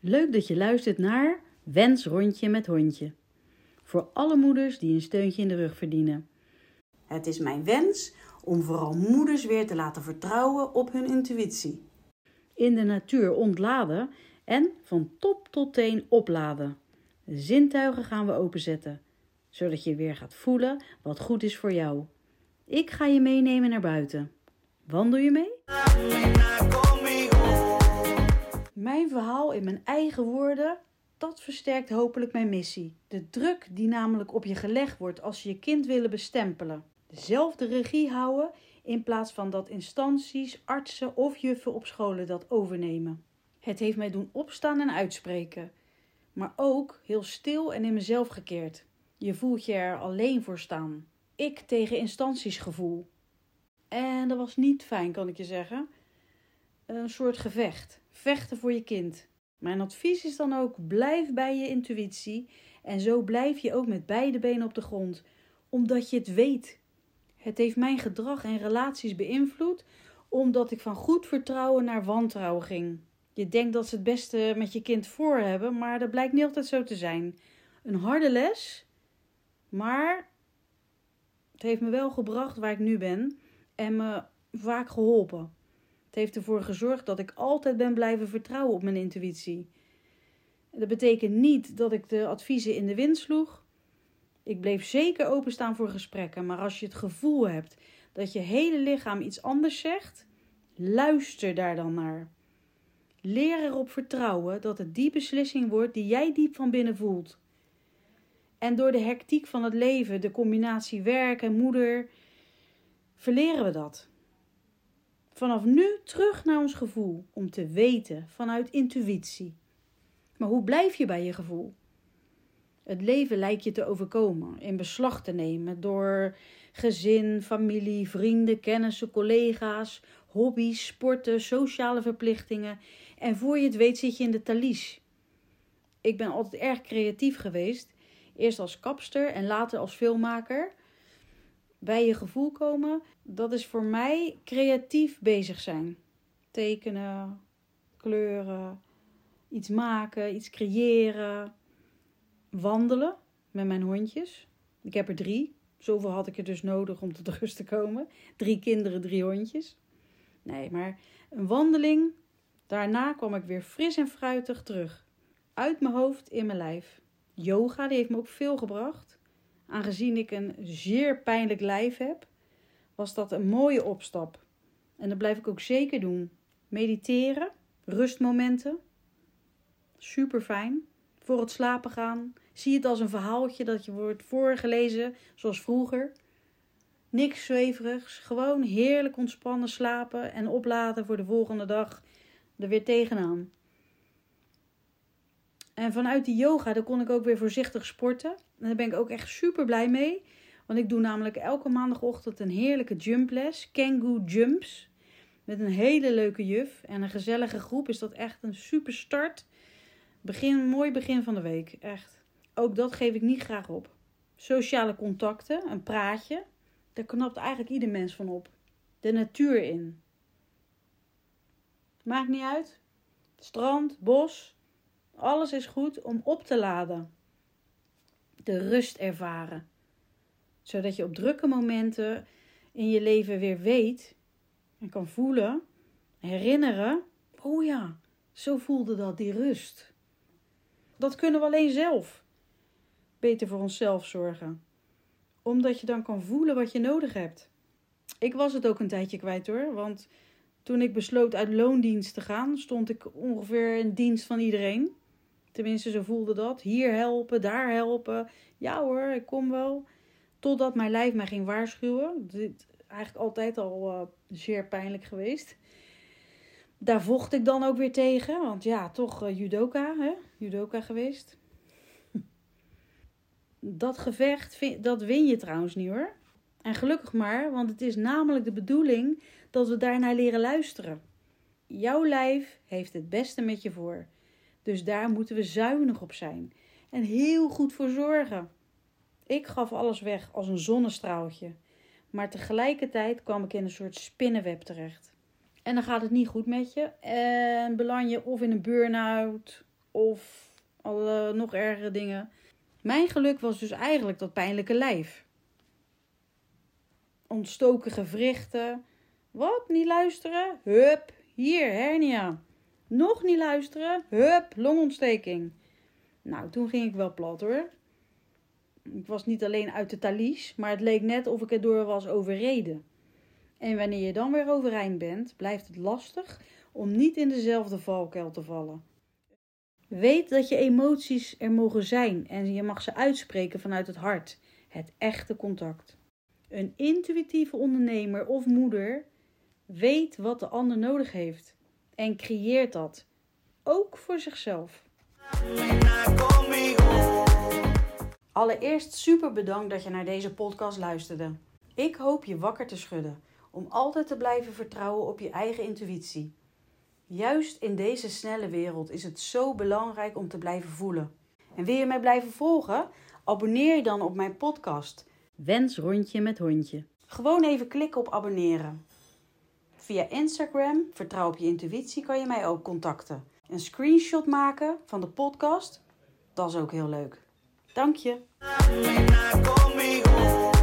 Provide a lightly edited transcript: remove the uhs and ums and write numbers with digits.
Leuk dat je luistert naar Wensrondje met Hondje. Voor alle moeders die een steuntje in de rug verdienen. Het is mijn wens om vooral moeders weer te laten vertrouwen op hun intuïtie. In de natuur ontladen en van top tot teen opladen. De zintuigen gaan we openzetten, zodat je weer gaat voelen wat goed is voor jou. Ik ga je meenemen naar buiten. Wandel je mee? Mijn verhaal in mijn eigen woorden, dat versterkt hopelijk mijn missie. De druk die namelijk op je gelegd wordt als je je kind willen bestempelen. Zelf de regie houden in plaats van dat instanties, artsen of juffen op scholen dat overnemen. Het heeft mij doen opstaan en uitspreken. Maar ook heel stil en in mezelf gekeerd. Je voelt je er alleen voor staan. Ik tegen instanties gevoel. En dat was niet fijn, kan ik je zeggen. Een soort gevecht. Vechten voor je kind. Mijn advies is dan ook, blijf bij je intuïtie. En zo blijf je ook met beide benen op de grond. Omdat je het weet. Het heeft mijn gedrag en relaties beïnvloed. Omdat ik van goed vertrouwen naar wantrouwen ging. Je denkt dat ze het beste met je kind voor hebben. Maar dat blijkt niet altijd zo te zijn. Een harde les. Maar het heeft me wel gebracht waar ik nu ben. En me vaak geholpen. Het heeft ervoor gezorgd dat ik altijd ben blijven vertrouwen op mijn intuïtie. Dat betekent niet dat ik de adviezen in de wind sloeg. Ik bleef zeker openstaan voor gesprekken. Maar als je het gevoel hebt dat je hele lichaam iets anders zegt, luister daar dan naar. Leer erop vertrouwen dat het die beslissing wordt die jij diep van binnen voelt. En door de hectiek van het leven, de combinatie werk en moeder, verleren we dat. Vanaf nu terug naar ons gevoel, om te weten vanuit intuïtie. Maar hoe blijf je bij je gevoel? Het leven lijkt je te overkomen, in beslag te nemen door gezin, familie, vrienden, kennissen, collega's, hobby's, sporten, sociale verplichtingen. En voor je het weet zit je in de talies. Ik ben altijd erg creatief geweest, eerst als kapster en later als filmmaker. Bij je gevoel komen, dat is voor mij creatief bezig zijn. Tekenen, kleuren, iets maken, iets creëren. Wandelen met mijn hondjes. Ik heb er 3. Zoveel had ik er dus nodig om tot rust te komen. 3 kinderen, 3 hondjes. Nee, maar een wandeling. Daarna kwam ik weer fris en fruitig terug. Uit mijn hoofd, in mijn lijf. Yoga, die heeft me ook veel gebracht. Aangezien ik een zeer pijnlijk lijf heb, was dat een mooie opstap. En dat blijf ik ook zeker doen. Mediteren, rustmomenten. Super fijn. Voor het slapen gaan. Zie het als een verhaaltje dat je wordt voorgelezen, zoals vroeger. Niks zweverigs. Gewoon heerlijk ontspannen slapen en opladen voor de volgende dag er weer tegenaan. En vanuit die yoga, daar kon ik ook weer voorzichtig sporten. En daar ben ik ook echt super blij mee. Want ik doe namelijk elke maandagochtend een heerlijke jumples. Kangoo Jumps. Met een hele leuke juf. En een gezellige groep. Is dat echt een super start. Mooi begin van de week. Echt. Ook dat geef ik niet graag op. Sociale contacten. Een praatje. Daar knapt eigenlijk ieder mens van op. De natuur in. Maakt niet uit. Strand, bos. Alles is goed om op te laden. De rust ervaren. Zodat je op drukke momenten in je leven weer weet en kan voelen, herinneren. Oh ja, zo voelde dat, die rust. Dat kunnen we alleen zelf. Beter voor onszelf zorgen. Omdat je dan kan voelen wat je nodig hebt. Ik was het ook een tijdje kwijt hoor. Want toen ik besloot uit loondienst te gaan, stond ik ongeveer in dienst van iedereen. Tenminste, zo voelde dat. Hier helpen, daar helpen. Ja hoor, ik kom wel. Totdat mijn lijf mij ging waarschuwen. Dit is eigenlijk altijd al zeer pijnlijk geweest. Daar vocht ik dan ook weer tegen. Want ja, toch judoka. Hè? Judoka geweest. Dat gevecht, dat win je trouwens niet hoor. En gelukkig maar, want het is namelijk de bedoeling dat we daarnaar leren luisteren. Jouw lijf heeft het beste met je voor. Dus daar moeten we zuinig op zijn. En heel goed voor zorgen. Ik gaf alles weg als een zonnestraaltje. Maar tegelijkertijd kwam ik in een soort spinnenweb terecht. En dan gaat het niet goed met je. En beland je of in een burn-out. of alle nog ergere dingen. Mijn geluk was dus eigenlijk dat pijnlijke lijf. Ontstoken gewrichten. Wat, niet luisteren? Hup, hier, hernia. Nog niet luisteren? Hup, longontsteking. Nou, toen ging ik wel plat hoor. Ik was niet alleen uit de talies, maar het leek net of ik erdoor was overreden. En wanneer je dan weer overeind bent, blijft het lastig om niet in dezelfde valkuil te vallen. Weet dat je emoties er mogen zijn en je mag ze uitspreken vanuit het hart. Het echte contact. Een intuïtieve ondernemer of moeder weet wat de ander nodig heeft en creëert dat. Ook voor zichzelf. Allereerst super bedankt dat je naar deze podcast luisterde. Ik hoop je wakker te schudden om altijd te blijven vertrouwen op je eigen intuïtie. Juist in deze snelle wereld is het zo belangrijk om te blijven voelen. En wil je mij blijven volgen? Abonneer je dan op mijn podcast. Wensrondje met hondje. Gewoon even klikken op abonneren. Via Instagram, Vertrouw op je intuïtie, kan je mij ook contacten. Een screenshot maken van de podcast, dat is ook heel leuk. Dank je.